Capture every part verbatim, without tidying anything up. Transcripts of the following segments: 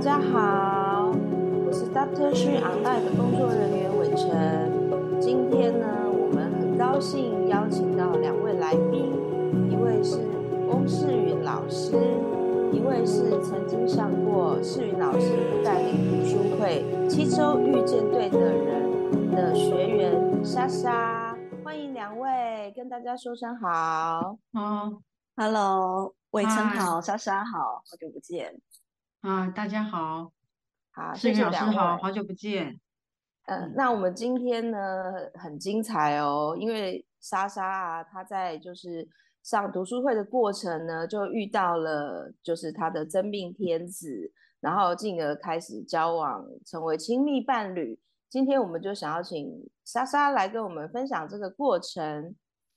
家好，我是 Doctor She Online 的工作人员伟成。今天呢，我们很高兴邀请到两位来宾，一位是翁世云老师，一位是曾经上过世云老师带领读书会七周遇见对的人的学员莎莎。欢迎两位，跟大家说声好。 哦， Hello，伟成嗨， 好，莎莎好，好久不见。 啊，大家好， 好，谢世云谢两位。 老师好，好久不见。 呃， 嗯， 那我们今天呢很精彩哦，因为莎莎啊，她在就是上读书会的过程呢，就遇到了就是她的真命天子，然后进而开始交往，成为亲密伴侣。今天我们就想要请莎莎来跟我们分享这个过程。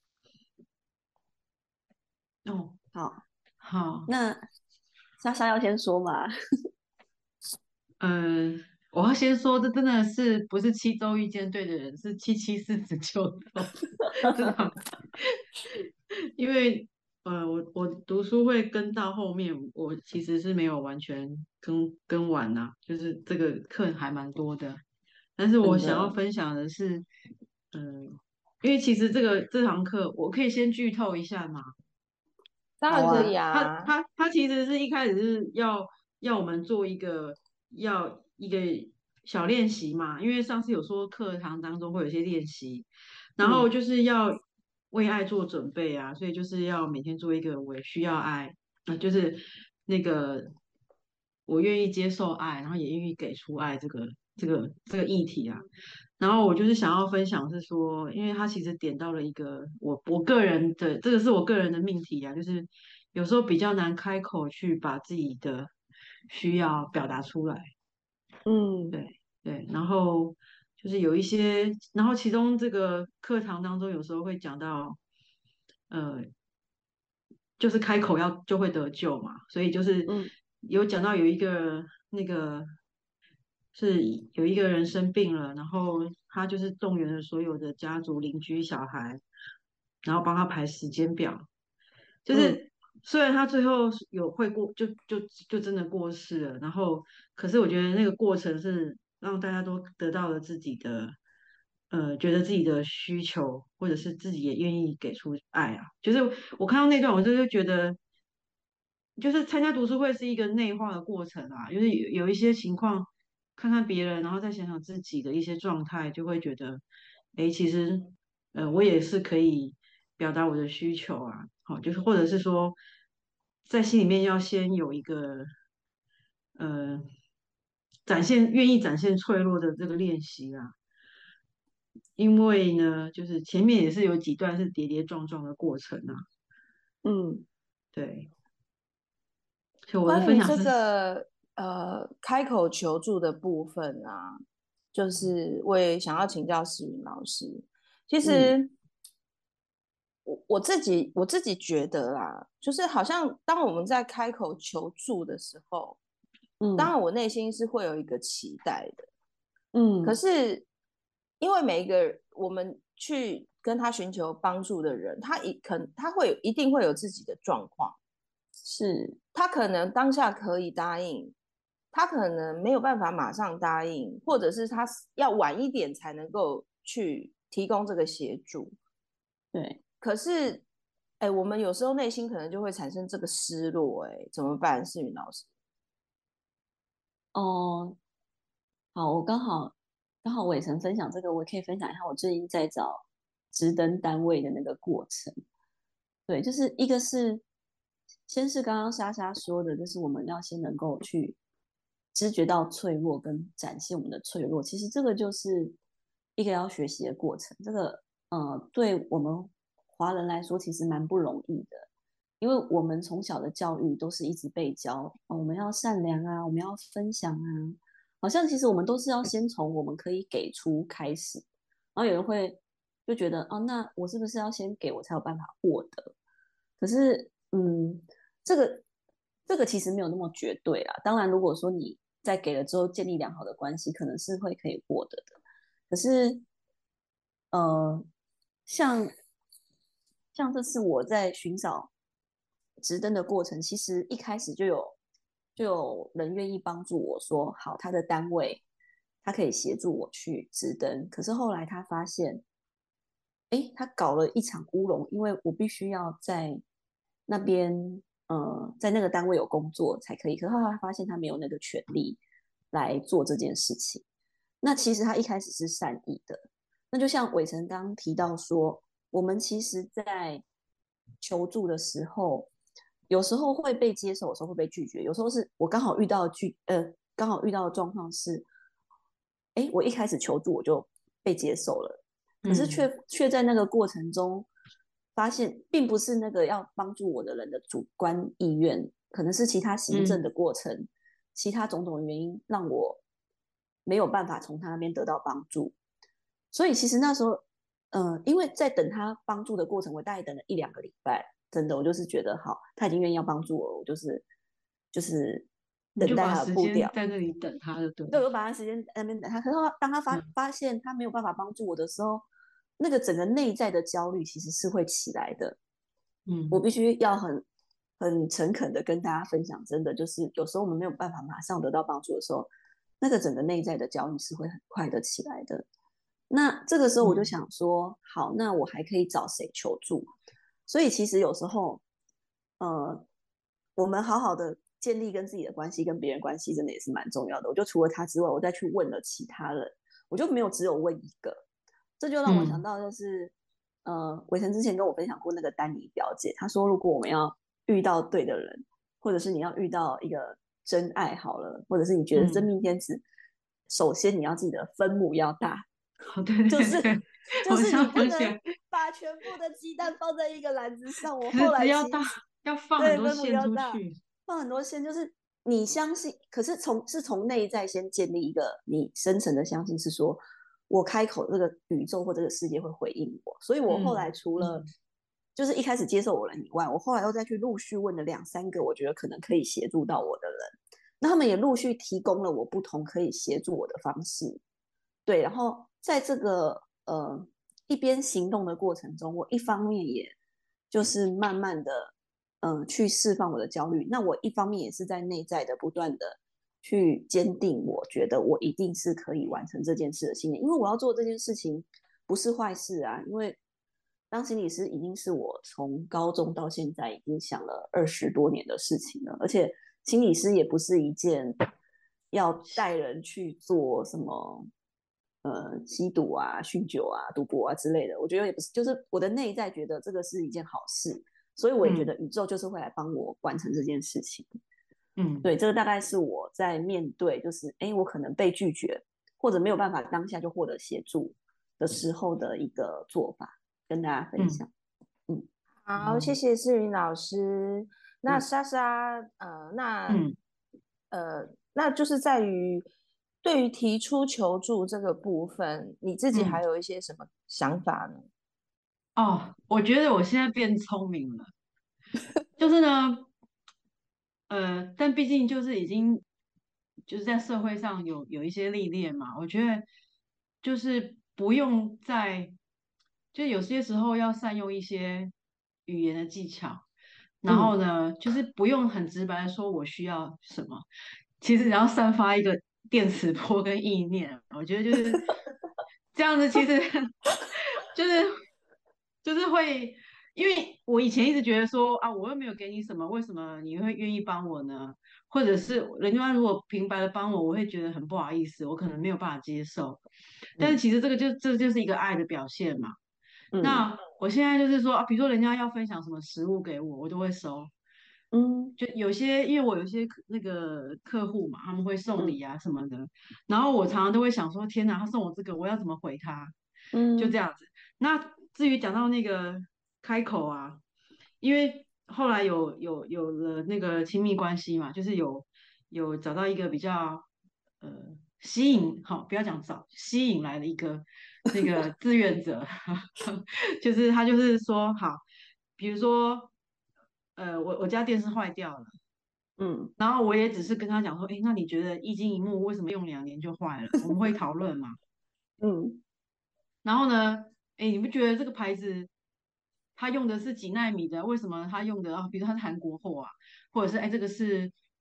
哦， 好， 好， 那莎莎要先说嘛？ 嗯，我要先说，这真的是不是七周遇见对的人，是七七四十九周，这场，因为呃，我我读书会跟到后面，我其实是没有完全跟跟完呐、就是这个课还蛮多的，但是我想要真的， 分享的是，嗯、因为其实这个这堂课，我可以先剧透一下嘛。 当然可以好啊， 他啊。 他他其实是一开始是要要我们做一个要一个小练习嘛，因为上次有说课堂当中会有一些练习，然后嗯， 就是要为爱做准备啊，所以就是要每天做一个我需要爱，啊、就是那个我愿意接受爱，然后也愿意给出爱这个这个这个议题啊。然后我就是想要分享是说，因为他其实点到了一个我我个人的，这个是我个人的命题啊，就是有时候比较难开口去把自己的需要表达出来， 嗯， 对对，然后就是有一些，然后其中这个课堂当中有时候会讲到，呃，就是开口要就会得救嘛，所以就是嗯， 有讲到有一个那个是有一个人生病了，然后他就是动员了所有的家族、邻居、小孩，然后帮他排时间表。就嗯， 是虽然他最后有会过，就就就真的过世了，然后可是我觉得那个过程是让大家都得到了自己的，呃，觉得自己的需求，或者是自己也愿意给出爱啊。就是我看到那段，我就是觉得。就是参加读书会是一个内化的过程啊，就是有有一些情况，看看别人，然后再想想自己的一些状态，就会觉得，诶，其实，呃，我也是可以表达我的需求啊，好，就是或者是说，在心里面要先有一个，呃，展现愿意展现脆弱的这个练习啊，因为呢，就是前面也是有几段是跌跌撞撞的过程啊， 嗯， 对，所以我的关于这分享是， 个呃开口求助的部分啊，就是我也想要请教石云老师。其嗯， 实我我自己我自己觉得啦，就是好像当我们在开口求助的时候，当嗯， 然我内心是会有一个期待的。可嗯， 是因为每一个我们去跟他寻求帮助的人，他一可他会有一定会有自己的状况。 是， 他可能当下可以答应，他可能没有办法马上答应，或者是他要晚一点才能够去提供这个协助。 对， 可是，哎，我们有时候内心可能就会产生这个失落，哎，怎么办？世云老师。 哦，好，我刚好刚好伟成分享这个，我可以分享一下我最近在找职登单位的那个过程。对，就是一个是，先是刚刚莎莎说的，就是我们要先能够去知觉到脆弱跟展现我们的脆弱，其实这个就是一个要学习的过程。这个呃，对我们华人来说，其实蛮不容易的，因为我们从小的教育都是一直被教，哦，我们要善良啊，我们要分享啊，好像其实我们都是要先从我们可以给出开始，然后有人会就觉得，哦，那我是不是要先给我才有办法获得？可是，嗯，这个这个其实没有那么绝对啦。当然，如果说你在给了之后建立良好的关系，可能是会可以获得的。可是，呃，像像这次我在寻找直灯的过程，其实一开始就有就有人愿意帮助我说，好，他的单位他可以协助我去直登。可是后来他发现，诶，他搞了一场乌龙，因为我必须要在那边，呃，在那个单位有工作才可以。可是后来发现他没有那个权利来做这件事情。那其实他一开始是善意的，那就像伟成刚刚提到说，我们其实在求助的时候，有时候会被接受，有时候会被拒绝，有时候是我刚好遇到的拒，呃，刚好遇到的状况是，哎，我一开始求助我就被接受了，可是嗯却却在那个过程中发现，并不是那个要帮助我的人的主观意愿，可能是其他行政的嗯过程，其他种种原因让我没有办法从他那边得到帮助。所以其实那时候，呃，因为在等他帮助的过程，我大概等了一两个礼拜，真的，我就是觉得好，他已经愿意要帮助我了，我就是就是你就等待他的把时间步调。 在那里等他就对了。 对，我把他时间在那边等他。可是他当他发嗯发现他没有办法帮助我的时候，那个整个内在的焦虑其实是会起来的。我嗯必须要很很诚恳的跟大家分享，真的就是有时候我们没有办法马上得到帮助的时候，那个整个内在的焦虑是会很快的起来的。那这个时候我就嗯想说，好，那我还可以找谁求助？所以其实有时候，呃，我们好好的建立跟自己的关系，跟别人关系，真的也是蛮重要的。我就除了他之外，我再去问了其他人，我就没有只有问一个。这就让我想嗯到，就是呃，伟成之前跟我分享过那个丹尼表姐，她说，如果我们要遇到对的人，或者是你要遇到一个真爱好了，或者是你觉得真嗯， 命天子，首先你要记得分母要大， 哦，对就是对对，我就是你上不能想把全部的鸡蛋放在一个篮子上。我后池子来要大， 其实要放很对分母多线要大， 出去。 放很多线，就是你相信，可是从是从内在先建立一个你深层的相信，是说我开口，这个宇宙或这个世界会回应我。所以我后来嗯除了嗯就是一开始接受我人以外，我后来又再去陆续问了两三个我觉得可能可以协助到我的人，那他们也陆续提供了我不同可以协助我的方式。对，然后在这个呃一边行动的过程中，我一方面也就是慢慢的嗯、呃去释放我的焦虑，那我一方面也是在内在的不断的去坚定，我觉得我一定是可以完成这件事的信念，因为我要做这件事情不是坏事啊，因为当心理师已经是我从高中到现在已经想了二十多年的事情了，而且心理师也不是一件要带人去做什么呃吸毒啊、酗酒啊、赌博啊之类的，我觉得也不是，就是我的内在觉得这个是一件好事，所以我也觉嗯得宇宙就是会来帮我完成这件事情。 嗯对，这个大概是我在面对，就是哎，我可能被拒绝，或者没有办法当下就获得协助的时候的一个做法，跟大家分嗯享。嗯好，谢嗯谢世云老师。那嗯莎莎，呃，那嗯呃，那就是在于对于提出求助这个部分，你自己嗯， 还有一些什么想法呢？ 哦，我觉得我现在变聪明了，就是呢，呃，但毕竟就是已经就是在社会上有有一些历练嘛，我觉得就是不用再，就有些时候要善用一些语言的技巧，然后嗯呢，就是不用很直白的说我需要什么，其实只要散发一个电磁波跟意念，我觉得就是这样子，其实就是就是会。因为我以前一直觉得说啊，我又没有给你什么，为什么你会愿意帮我呢？或者是人家如果平白的帮我，我会觉得很不好意思，我可能没有办法接受。但是嗯其实这个就这就是一个爱的表现嘛。 嗯那我现在就是说啊，比如说人家要分享什么食物给我，我都会收。 嗯就有些因为我有些客那个客户嘛，他们会送礼嗯啊什么的，然后我常常都会想说，天哪，他送我这个，我要怎么回他？就这嗯样子。那至于讲到那个开口啊，因为后来有有有了那个亲密关系嘛，就是有有找到一个比较呃吸引，好，不要讲找，吸引来的一个那个志愿者，就是他就是说好，比如说呃我我家电视坏掉了。 嗯然后我也只是跟他讲说，诶，那你觉得一金一幕为什么用两年就坏了？我们会讨论嘛。 嗯然后呢，诶，你不觉得这个牌子它用的是几纳米的？为什么它用的啊？比如说它是韩国货啊，或者是哎这个是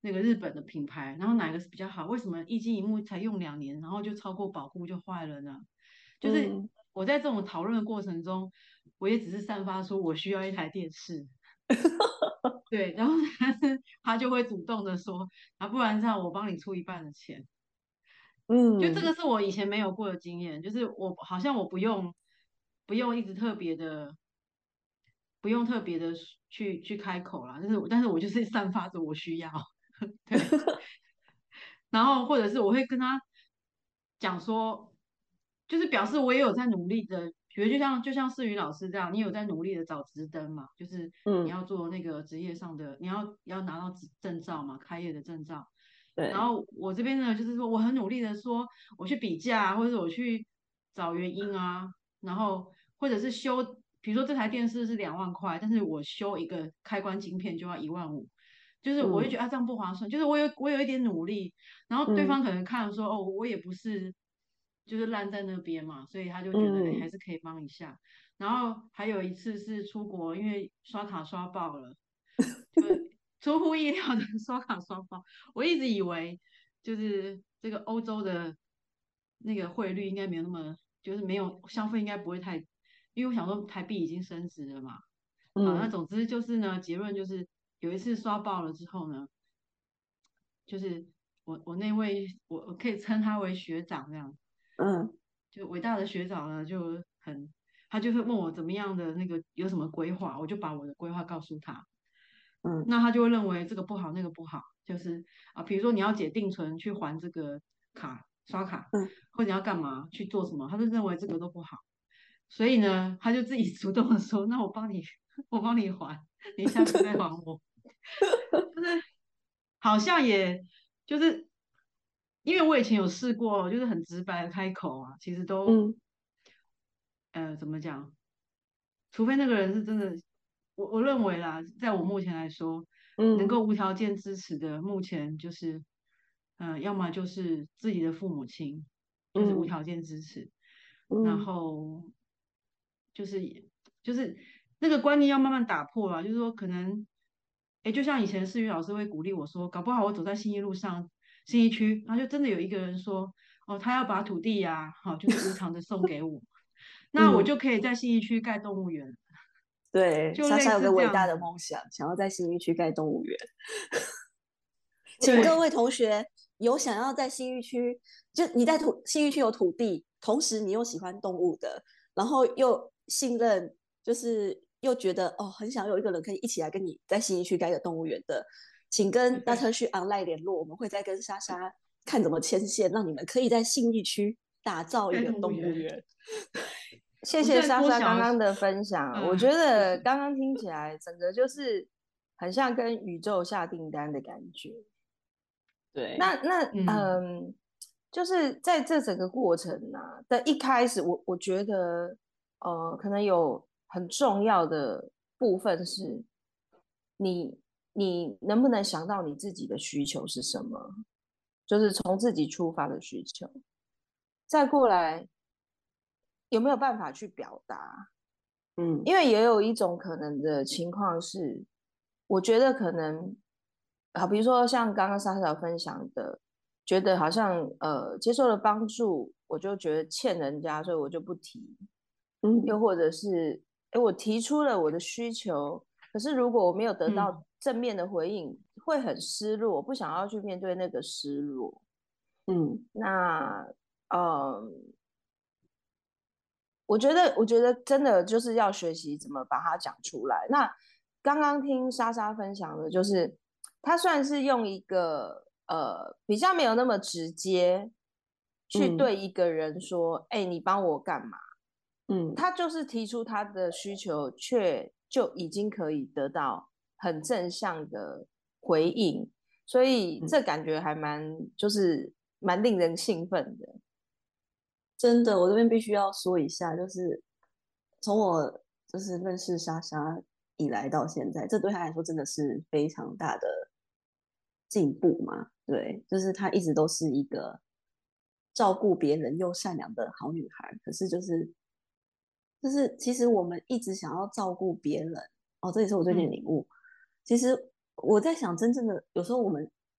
那个日本的品牌，然后哪个是比较好？为什么一机一幕才用两年，然后就超过保固就坏了呢？就是嗯我在这种讨论的过程中，我也只是散发出我需要一台电视，对，然后但是他就会主动的说，啊，不然这样我帮你出一半的钱。就这嗯个是我以前没有过的经验，就是我好像我不用不用一直特别的不用特别的去去开口啦，就是但是我就是散发着我需要，对，然后或者是我会跟他讲说，就是表示我也有在努力的，比如就像就像世宇老师这样，你有在努力的找职登嘛，就是你嗯， 要做那个职业上的，你要要拿到执证照嘛，开业的证照。然对， 后我这边呢，就是说我很努力的说，我去比价啊，或者是我去找原因啊，然后或者是修，比如说这台电视是两万块，但是我修一个开关晶片就要一万五，就是我会觉嗯得啊这样不划算，就是我有我有一点努力，然后对嗯方可能看说哦我也不是就是烂在那边嘛，所以他就觉得哎还嗯是可以帮一下。然后还有一次是出国，因为刷卡刷爆了，就出乎意料的刷卡刷爆。我一直以为就是这个欧洲的那个汇率应该没有那么，就是没有消费应该不会太，因为我想说台币已经升值了嘛。好，那嗯总之就是呢，结论就是有一次刷爆了之后呢，就是我我那位我我可以称他为学长这样， 嗯就伟大的学长呢就很，他就会问我怎么样的那个有什么规划，我就把我的规划告诉他。 嗯那他就会认为这个不好，那个不好，就是啊，比如说你要解定存去还这个卡刷卡， 嗯或者你要干嘛去做什么，他就认为这个都不好，所以呢，他就自己主动的说，那我帮你，我帮你还，你下次再还我，就是好像也就是因为我以前有试过，就是很直白的开口啊，其实都嗯呃怎么讲，除非那个人是真的，我我认为啦，在我目前来说，能嗯够无条件支持的，目前就是，呃，要么就是自己的父母亲，就是无嗯条件支持，然嗯后就是就是那个观念要慢慢打破了，就是说可能，哎，就像以前世瑜老师会鼓励我说，搞不好我走在信义路上，信义区，然后就真的有一个人说，哦，他要把土地呀、好，就是无偿的送给我。那我嗯， 就可以在信义区盖动物园， 对， 就类莎莎有个伟大似这样子。 的梦想，想要在新义区盖动物园。请各对位同学有想要在新义区，就你在土新义区有土地，同时你又喜欢动物的，然后又信任，就是又觉得哦，很想有一个人可以一起来跟你在新义区盖个动物园的，请跟大特区 online 联络，我们会再跟莎莎看怎么牵线，让你们可以在新义区打造一盖个动物园。 动物园。 谢我现在谢莎莎多想了， 刚刚的分享，我嗯， 觉得谢谢。 刚刚听起来整个就是很像跟宇宙下订单的感觉。那对， 那嗯嗯，就是在这整个过程啊的一开始，我我觉得呃，可能有很重要的部分是你你能不能想到你自己的需求是什么，就是从自己出发的需求，再过来有没有办法去表达？ 嗯因为也有一种可能的情况是，我觉得可能，好，比如说像刚刚莎莎分享的，觉得好像呃接受了帮助，我就觉得欠人家，所以我就不提。又嗯或者是，哎，我提出了我的需求，可是如果我没有得到嗯正面的回应，会很失落，不想要去面对那个失落。 嗯那，嗯，我觉得，我觉得真的就是要学习怎么把它讲出来。那刚刚听莎莎分享的，就是她算是用一个呃比较没有那么直接去嗯对一个人说：“哎，你帮我干嘛？” 嗯他就是提出他的需求，却就已经可以得到很正向的回应，所以嗯。 这感觉还蛮就是蛮令人兴奋的。 真的，我这边必须要说一下，就是从我就是认识莎莎以来到现在，这对她来说真的是非常大的进步嘛。对，就是她一直都是一个照顾别人又善良的好女孩。可是就是就是其实我们一直想要照顾别人，哦，这也是我最近的嗯领悟。其实我在想，真正的有时候我们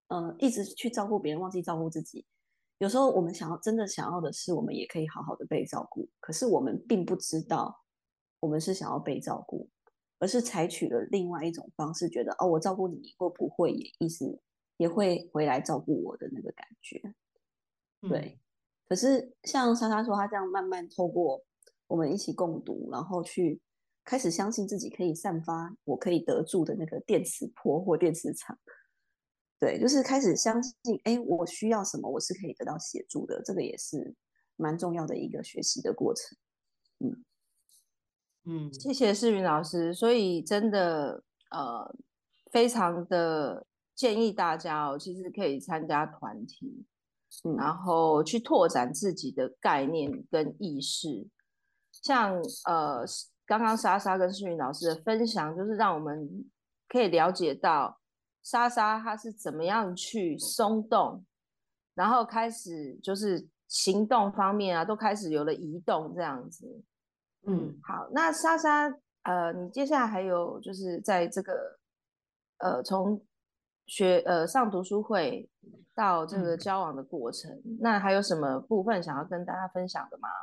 呃一直去照顾别人，忘记照顾自己。有时候我们想要真的想要的是，我们也可以好好的被照顾，可是我们并不知道我们是想要被照顾，而是采取了另外一种方式，觉得哦，我照顾你，你会不会也意思也会回来照顾我的那个感觉。 嗯对，可是像莎莎说，她这样慢慢透过我们一起共读，然后去开始相信自己可以散发我可以得住的那个电磁波或电磁场。对，就是开始相信，哎，我需要什么，我是可以得到协助的，这个也是蛮重要的一个学习的过程。嗯嗯谢谢世云老师，所以真的呃，非常的建议大家哦，其实可以参加团体，然嗯后去拓展自己的概念跟意识。像呃，刚刚莎莎跟世云老师的分享，就是让我们可以了解到莎莎她是怎么样去松动，然后开始就是行动方面啊，都开始有了移动这样子。 嗯嗯好，那莎莎，呃，你接下来还有就是在这个呃从学呃上读书会到这个嗯。 交往的过程，那还有什么部分想要跟大家分享的吗？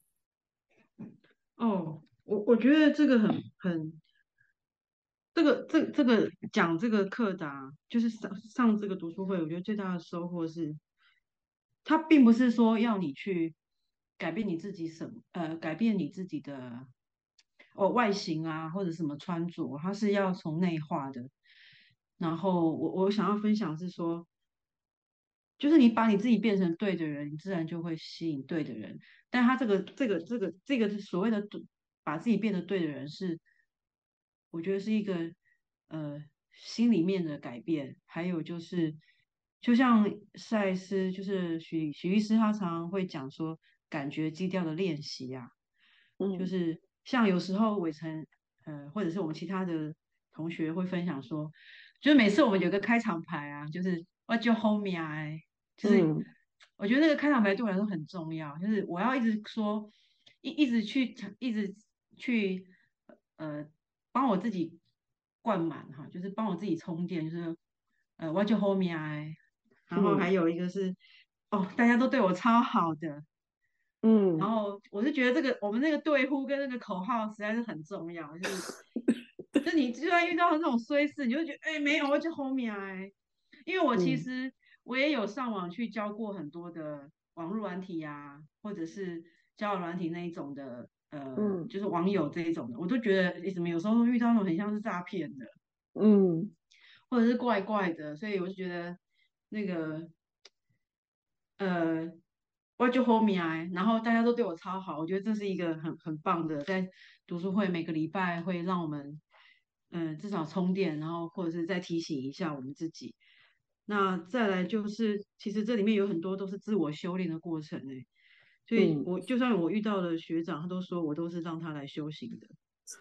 哦，我我觉得这个很很这个这这个讲这个课的啊，就是上上这个读书会，我觉得最大的收获是，它并不是说要你去改变你自己什么，呃，改变你自己的哦外形啊，或者什么穿着，它是要从内化的。然后我我想要分享是说，就是你把你自己变成对的人，你自然就会吸引对的人。但他这个这个这个这个是所谓的对把自己变得对的人是，我觉得是一个呃心里面的改变，还有就是就像赛斯，就是许许医师他常常会讲说感觉基调的练习啊，就嗯是像有时候伟成呃或者是我们其他的同学会分享说，就是每次我们有个开场白啊，就是 What your homie 啊，就是嗯我觉得那个开场白对我来说很重要，就是我要一直说，一一直去一直去呃帮我自己灌满哈，就是帮我自己充电，就是呃 What your homie 啊，然后还嗯有一个是哦，大家都对我超好的，然嗯， 后我是觉得这个我们那个对呼跟那个口号实在是很重要，就是就你就算遇到那种衰事，你就觉得哎没有，我就 homie 啊，因为我其嗯实我也有上网去教过很多的网络软体啊，或者是交友软体那一种的，呃， 嗯就是网友这一种的，我都觉得诶怎么有时候遇到那种很像是诈骗的， 嗯或者是怪怪的，所以我就觉得那个呃，我就 hold me 啊，然后大家都对我超好，我觉得这是一个很很棒的，在读书会每个礼拜会让我们，嗯、至少充电，然后或者是再提醒一下我们自己。那再来就是，其实这里面有很多都是自我修炼的过程诶，所以嗯， 我就算我遇到了学长，他都说我都是让他来修行的。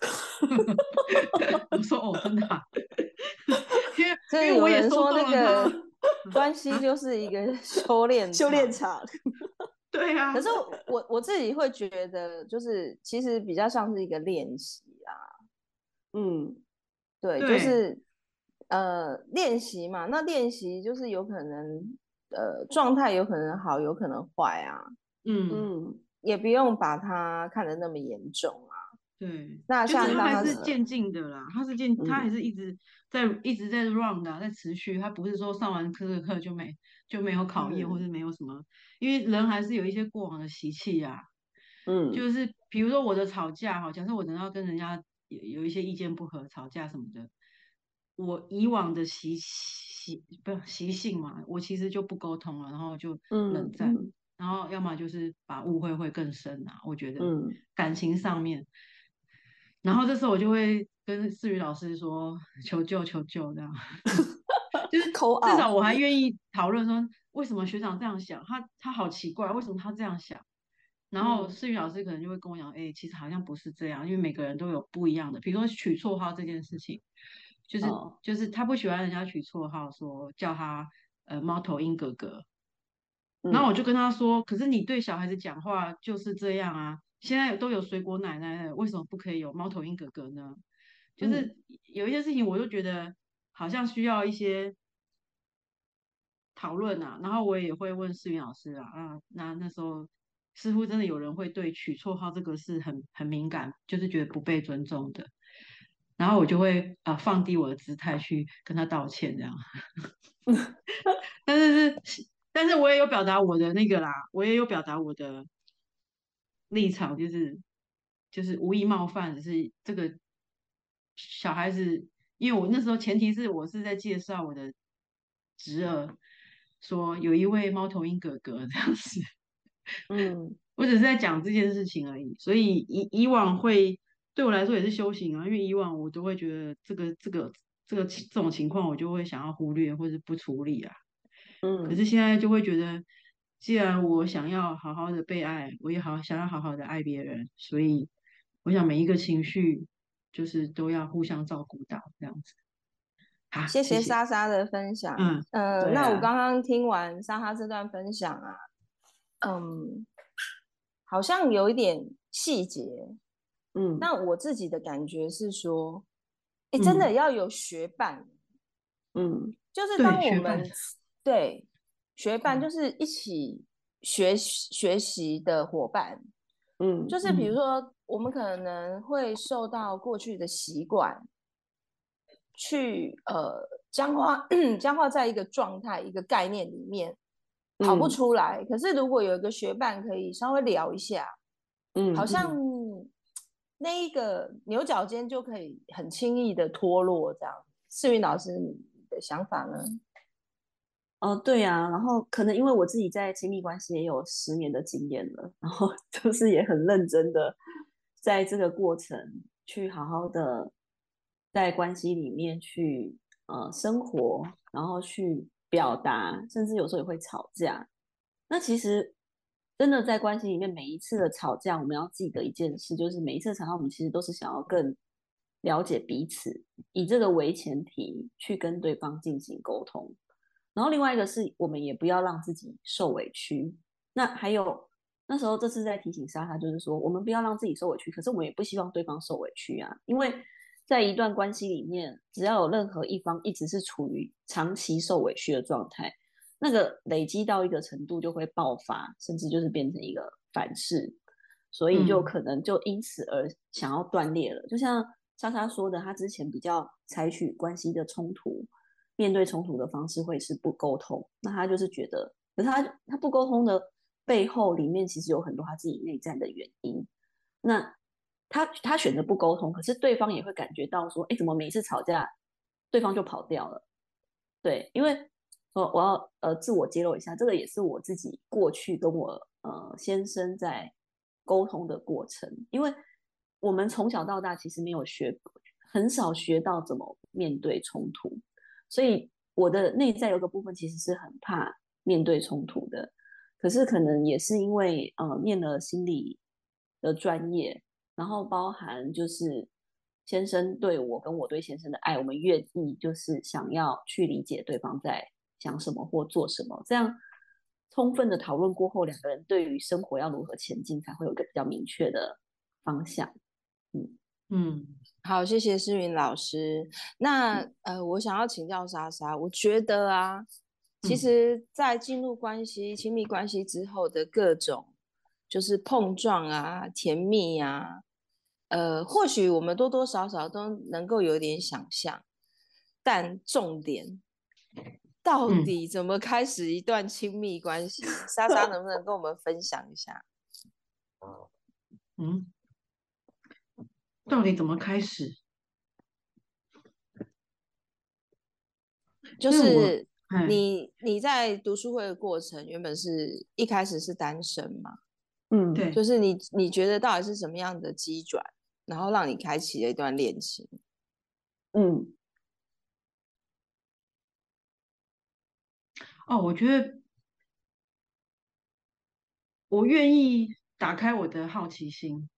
我说哦，真的啊因为因为我也就是有人收到说那个了他关系啊， 就是一个修炼修炼场， 场。 对啊， 可是我我自己会觉得，就是其实比较像是一个练习啊。 嗯对，就对， 是呃练习嘛，那练习就是有可能呃状态有可能好，有可能坏啊， 嗯。 嗯也不用把它看得那么严重啊。 对， 那像就是它还刚刚的， 是渐进的啦，它是渐，它还嗯是一直在一直在 run 的啊在持续，它不是说上完这个课就没就没有考验或嗯是没有什么，因为人还是有一些过往的习气呀、 嗯就是比如说我的吵架哈，假设我等到跟人家有有一些意见不合、吵架什么的，我以往的习习不习性嘛，我其实就不沟通了，然后就冷战， 嗯嗯然后要么就是把误会会更深啊，我觉得嗯感情上面，然后这时候我就会跟思雨老师说求救求救这样，就是 ，call 至少 out， 我还愿意讨论说为什么学长这样想，他他好奇怪，为什么他这样想？然后嗯思雨老师可能就会跟我讲，哎、其实好像不是这样，因为每个人都有不一样的，比如说取绰号这件事情，就是哦就是他不喜欢人家取绰号，说叫他呃猫头鹰哥哥，然后我嗯就跟他说，可是你对小孩子讲话就是这样啊，现在都有水果奶奶了，为什么不可以有猫头鹰哥哥呢？就嗯是有一些事情，我就觉得好像需要一些讨论啊，然后我也会问世云老师啊，啊，那那时候似乎真的有人会对取绰号这个是很很敏感，就是觉得不被尊重的，然后我就会啊、呃放低我的姿态去跟他道歉这样，但是是但是我也有表达我的那个啦，我也有表达我的立场，就是就是无意冒犯，只是这个小孩子，因为我那时候前提是我是在介绍我的侄儿，说有一位猫头鹰哥哥这样子， 嗯我只是在讲这件事情而已，所以以以往会对我来说也是修行啊，因为以往我都会觉得这个这个这个这种情况，我就会想要忽略或者不处理啊。可是嗯。 现在就会觉得，既然我想要好好的被爱，我也好想要好好的爱别人，所以我想每一个情绪就是都要互相照顾到这样子。好， 谢谢谢谢。 莎莎的分享。 嗯， 呃，那我对啊。 刚刚听完莎莎这段分享啊，嗯，好像有一点细节。 嗯那我自己的感觉是说，哎，真的嗯， 要有学伴， 嗯就是对，学伴。 当我们对学伴，就嗯是一起学学习的伙伴，就嗯是比如嗯说，我们可能会受到过去的习惯去呃僵化僵化在一个状态、一个概念里面，跑不嗯出来。可是如果有一个学伴可以稍微聊一下，好嗯。 像嗯那一个牛角尖就可以很轻易的脱落。这样，世云老师，你的想法呢？ 哦，对呀，然后可能因为我自己在亲密关系也有十年的经验了，然后就是也很认真的在这个过程去好好的在关系里面去呃生活，然后去表达，甚至有时候也会吵架。那其实真的在关系里面，每一次的吵架，我们要记得一件事，就是每一次的吵架，我们其实都是想要更了解彼此，以这个为前提去跟对方进行沟通。然后另外一个是我们也不要让自己受委屈。那还有那时候这次在提醒莎莎，就是说我们不要让自己受委屈，可是我们也不希望对方受委屈啊，因为在一段关系里面，只要有任何一方一直是处于长期受委屈的状态，那个累积到一个程度就会爆发，甚至就是变成一个反噬，所以就嗯可能就因此而想要断裂了。就像莎莎说的，她之前比较采取关系的冲突，面对冲突的方式会是不沟通，那她就是觉得，可是她她不沟通的背后里面其实有很多她自己内在的原因。那他他选择不沟通，可是对方也会感觉到说，哎，怎么每次吵架，对方就跑掉了？对，因为我我要呃自我揭露一下，这个也是我自己过去跟我呃先生在沟通的过程，因为我们从小到大其实没有学，很少学到怎么面对冲突，所以我的内在有个部分其实是很怕面对冲突的，可是可能也是因为呃念了心理的专业，然后包含就是先生对我跟我对先生的爱，我们愿意就是想要去理解对方在想什么或做什么，这样充分的讨论过后，两个人对于生活要如何前进，才会有一个比较明确的方向。嗯嗯好，谢谢诗云老师。那呃，我想要请教莎莎，我觉得啊，其嗯实，在进入关系、亲密关系之后的各种就是碰撞啊、甜蜜啊，呃，或许我们多多少少都能够有点想象，但重点到嗯底怎么开始一段亲密关系？莎莎能不能跟我们分享一下？ 嗯，到底怎么开始？ 就因为我， 是哎， 你你在读书会的过程，原本是一开始是单身嘛？ 嗯对， 就是你你觉得到底是什么样的机转，然后让你开启了一段恋情？ 嗯哦，我觉得我愿意打开我的好奇心，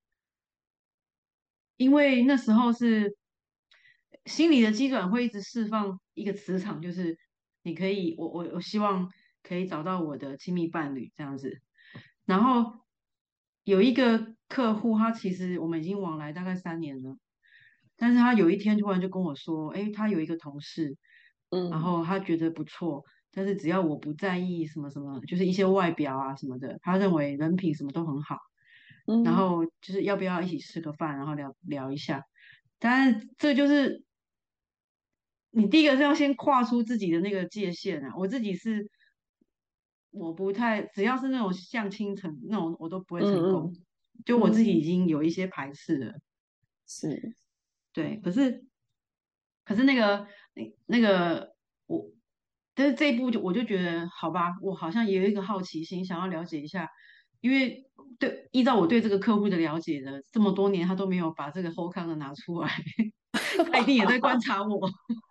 因为那时候是心理的机转会一直释放一个磁场，就是你可以，我我我希望可以找到我的亲密伴侣这样子。然后有一个客户，他其实我们已经往来大概三年了，但是他有一天突然就跟我说，诶，他有一个同事，然嗯后他觉得不错， 但是只要我不在意什么什么，就是一些外表啊什么的，他认为人品什么都很好。然嗯后就是要不要一起吃个饭，然后聊聊一下。当然，这就是你第一个是要先跨出自己的那个界限啊。我自己是我不太，只要是那种相亲成那种，我都不会成功。 嗯嗯就我自己已嗯， 经有一些排斥了。 是， 对，可是可是那个那那个我，但是这一步就我就觉得好吧，我好像也有一个好奇心，想要了解一下，因为对依照我对这个客户的了解呢，这么多年他都没有把这个后康的拿出来，他一定也在观察我。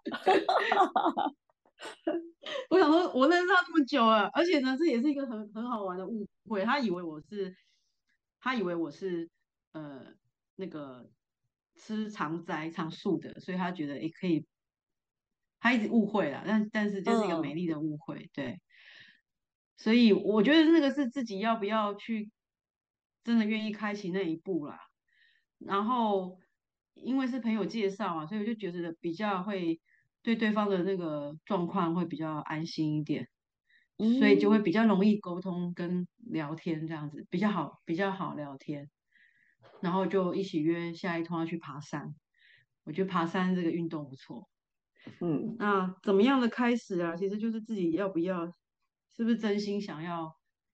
我想说，我认识他这么久了，而且呢，这也是一个很很好玩的误会。他以为我是，他以为我是呃那个吃常斋常素的，所以他觉得也可以，他一直误会了。但但是这是一个美嗯丽的误会，对。所以我觉得那个是自己要不要去真的愿意开启那一步啦。然后因为是朋友介绍嘛，所以我就觉得比较会对对方的那个状况会比较安心一点，所以就会嗯比较容易沟通跟聊天这样子，比较好比较好聊天。然后就一起约下一通要去爬山，我觉得爬山这个运动不错。 嗯那怎么样的开始啊？其实就是自己要不要，是不是真心想要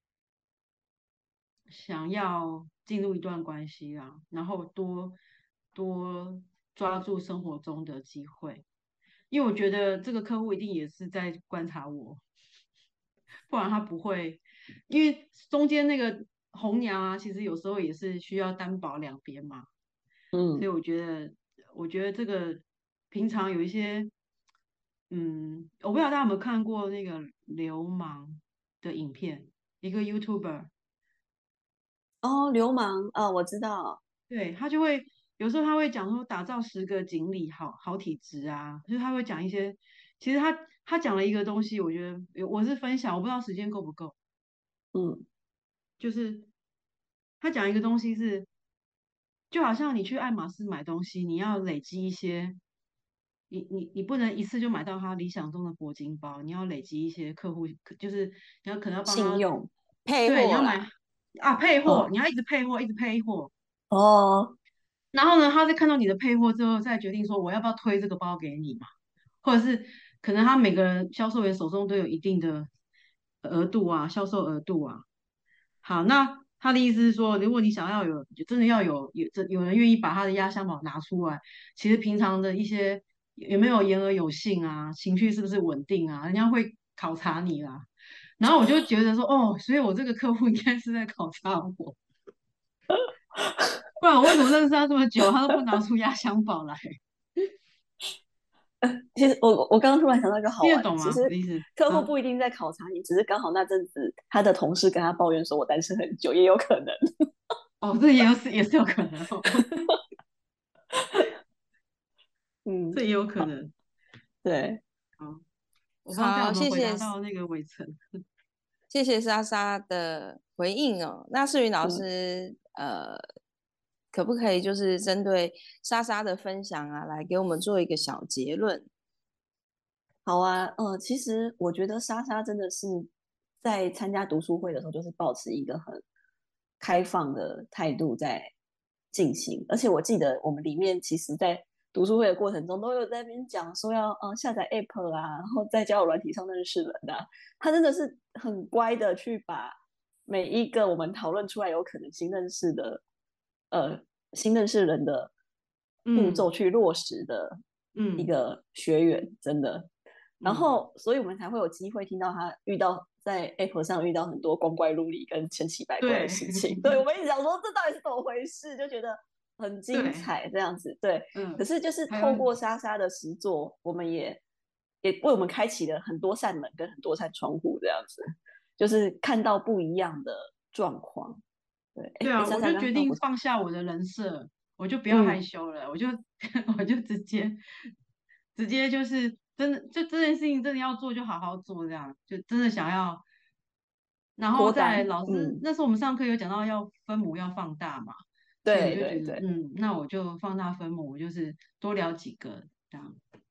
想要进入一段关系啊，然后多多抓住生活中的机会，因为我觉得这个客户一定也是在观察我，不然他不会，因为中间那个红娘啊，其实有时候也是需要担保两边嘛，所以嗯， 我觉得，我觉得这个平常有一些，嗯，我不知道大家有没有看过那个流氓的影片，一个 YouTuber。 哦，流氓啊，我知道， 对，他就会有时候他会讲说打造十个锦鲤好好体质啊，就是他会讲一些，其实他他讲了一个东西，我觉得有我是分享，我不知道时间够不够， 嗯， 就是他讲一个东西是，就好像你去爱马仕买东西，你要累积一些，你你你不能一次就买到他理想中的铂金包，你要累积一些客户，就是你要可能要帮他， 信用配对，你要买货啦。 啊配货， 哦你要一直配货，一直配货。 哦， 然后呢，他在看到你的配货之后，再决定说我要不要推这个包给你嘛，或者是可能他每个人销售员手中都有一定的额度啊，销售额度啊。好，那他的意思是说，如果你想要有真的要有有这有人愿意把他的压箱宝拿出来，其实平常的一些有没有言而有信啊，情绪是不是稳定啊，人家会考察你啦。然后我就觉得说，哦，所以我这个客户应该是在考察我。不然我为什么认识他这么久，他都不拿出压箱宝来？ 其实我我刚刚突然想到一个好玩的， 听得懂其实吗？我的意思客户啊？ 不一定在考察你，只是刚好那阵子他的同事跟他抱怨说我单身很久，也有可能。 哦，这也有是也是有可能哦， 嗯， 这也有可能。 对， 好，我不知道这样有好， 没有回谢谢答到那个伟成。 谢谢莎莎的回应哦。那世云老嗯， 师，呃，可不可以就是针对莎莎的分享啊，来给我们做一个小结论？ 好啊，呃，其实我觉得莎莎真的是在参加读书会的时候，就是保持一个很开放的态度在进行，而且我记得我们里面其实，在读书会的过程中，都有在那边讲说要呃下载 app 啊，然后在交友软体上认识人啊，他真的是很乖的去把每一个我们讨论出来有可能新认识的呃新认识人的步嗯骤去落实的一嗯个学员，真的。然嗯， 后，所以我们才会有机会听到他遇到在 App 上遇到很多光怪陆离跟千奇百怪的对事情。对，我们一直想说这到底是怎么回事，就觉得很精对， 彩这样子。对，可嗯， 是就是还有透过莎莎的实作，我们也也为我们开启了很多扇门跟很多扇窗户这样子，就是看到不一样的状况。对，哎哎， 对啊， 莎莎我就决定刚刚要补充， 放下我的人设，我就不要害嗯， 羞了，我就我就直接直接就是真的，就这件事情真的要做就好好做，这样就真的想要。然后再来脱单， 老师嗯， 那时候我们上课有讲到要分母要放大嘛，所以我就觉得对对对。 嗯，那我就放大分母，我就是多聊几个这样。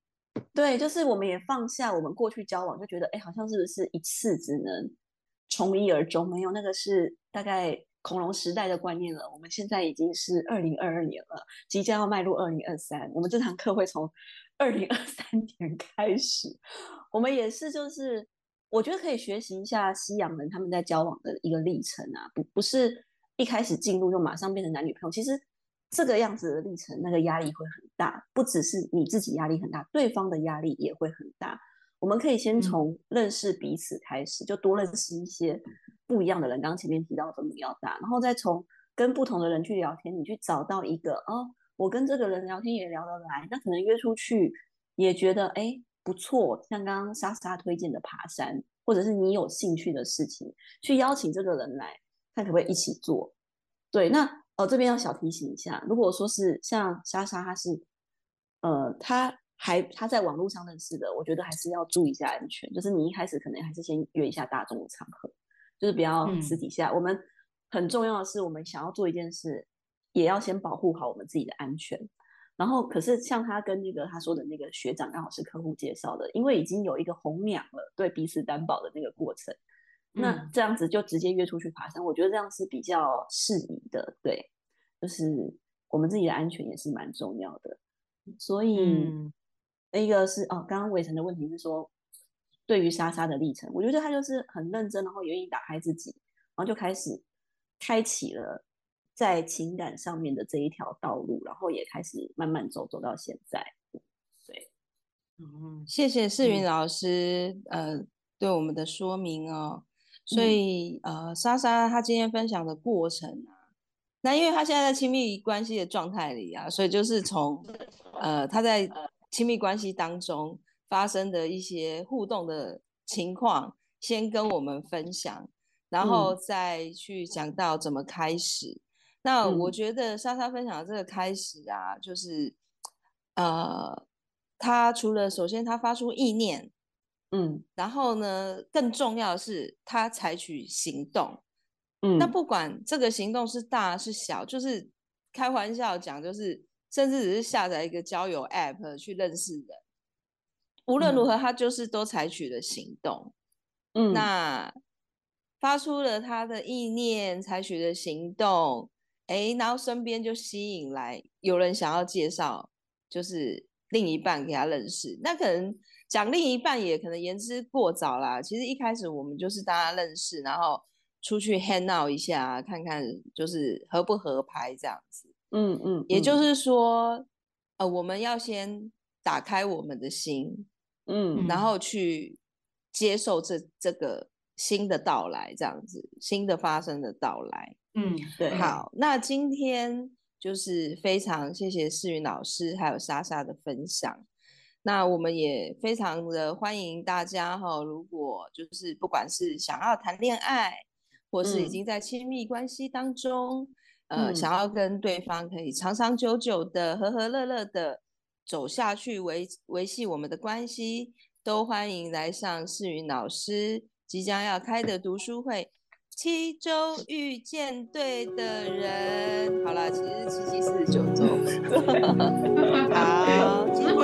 对，就是我们也放下我们过去交往，就觉得哎，好像是不是一次只能从一而终？没有，那个是大概恐龙时代的观念了。我们现在已经是二零二二年了，即将要迈入二零二三。我们这堂课会从二零二三年开始，我们也是就是我觉得可以学习一下西洋人他们在交往的一个历程啊，不不是一开始进入就马上变成男女朋友，其实这个样子的历程，那个压力会很大，不只是你自己压力很大，对方的压力也会很大。我们可以先从认识彼此开始，就多认识一些不一样的人。刚刚前面提到的母要大，然后再从跟不同的人去聊天，你去找到一个哦，我跟这个人聊天也聊得来，那可能约出去也觉得哎不错，像刚刚莎莎推荐的爬山，或者是你有兴趣的事情，去邀请这个人来，看可不可以一起做。对，那哦这边要小提醒一下，如果说是像莎莎，她是呃她还她在网络上认识的，我觉得还是要注意一下安全，就是你一开始可能还是先约一下大众的场合，就是不要私底下。嗯、我们很重要的是，我们想要做一件事，也要先保护好我们自己的安全。然后，可是像他跟那个他说的那个学长刚好是客户介绍的，因为已经有一个红娘了，对彼此担保的那个过程，那这样子就直接约出去爬山，我觉得这样是比较适宜的。对，就是我们自己的安全也是蛮重要的。所以，嗯、一个是哦，刚刚伟成的问题是说，对于莎莎的历程，我觉得他就是很认真，然后也愿意打开自己，然后就开始开启了在情感上面的这一条道路，然后也开始慢慢走走到现在。对， 嗯，谢谢世云老师，嗯、呃，对我们的说明哦。所以，嗯、呃，莎莎她今天分享的过程啊，那因为她现在在亲密关系的状态里啊，所以就是从呃她在亲密关系当中发生的一些互动的情况，先跟我们分享，然后再去讲到怎么开始。那我觉得莎莎分享的这个开始啊，就是呃，她除了首先她发出意念。嗯，然后呢，更重要的是他采取行动。嗯，那不管这个行动是大是小，就是开玩笑讲，就是甚至只是下载一个交友 app 去认识人，无论如何，他就是都采取了行动。嗯，那发出了他的意念，采取了行动，哎，然后身边就吸引来有人想要介绍，就是另一半给他认识。那可能讲另一半也可能言之过早啦。其实一开始我们就是大家认识，然后出去 hang out 一下，看看就是合不合拍这样子。嗯嗯，也就是说，呃，我们要先打开我们的心，嗯，然后去接受这这个新的到来，这样子，新的发生的到来。嗯，对。好，那今天就是非常谢谢世云老师还有莎莎的分享。那我们也非常的欢迎大家哈，如果就是不管是想要谈恋爱，或是已经在亲密关系当中，嗯、呃，想要跟对方可以长长久久的和和乐乐的走下去，维维系我们的关系，都欢迎来上世云老师即将要开的读书会。七周遇见对的人，好啦，其实是七七四十九周。好，今天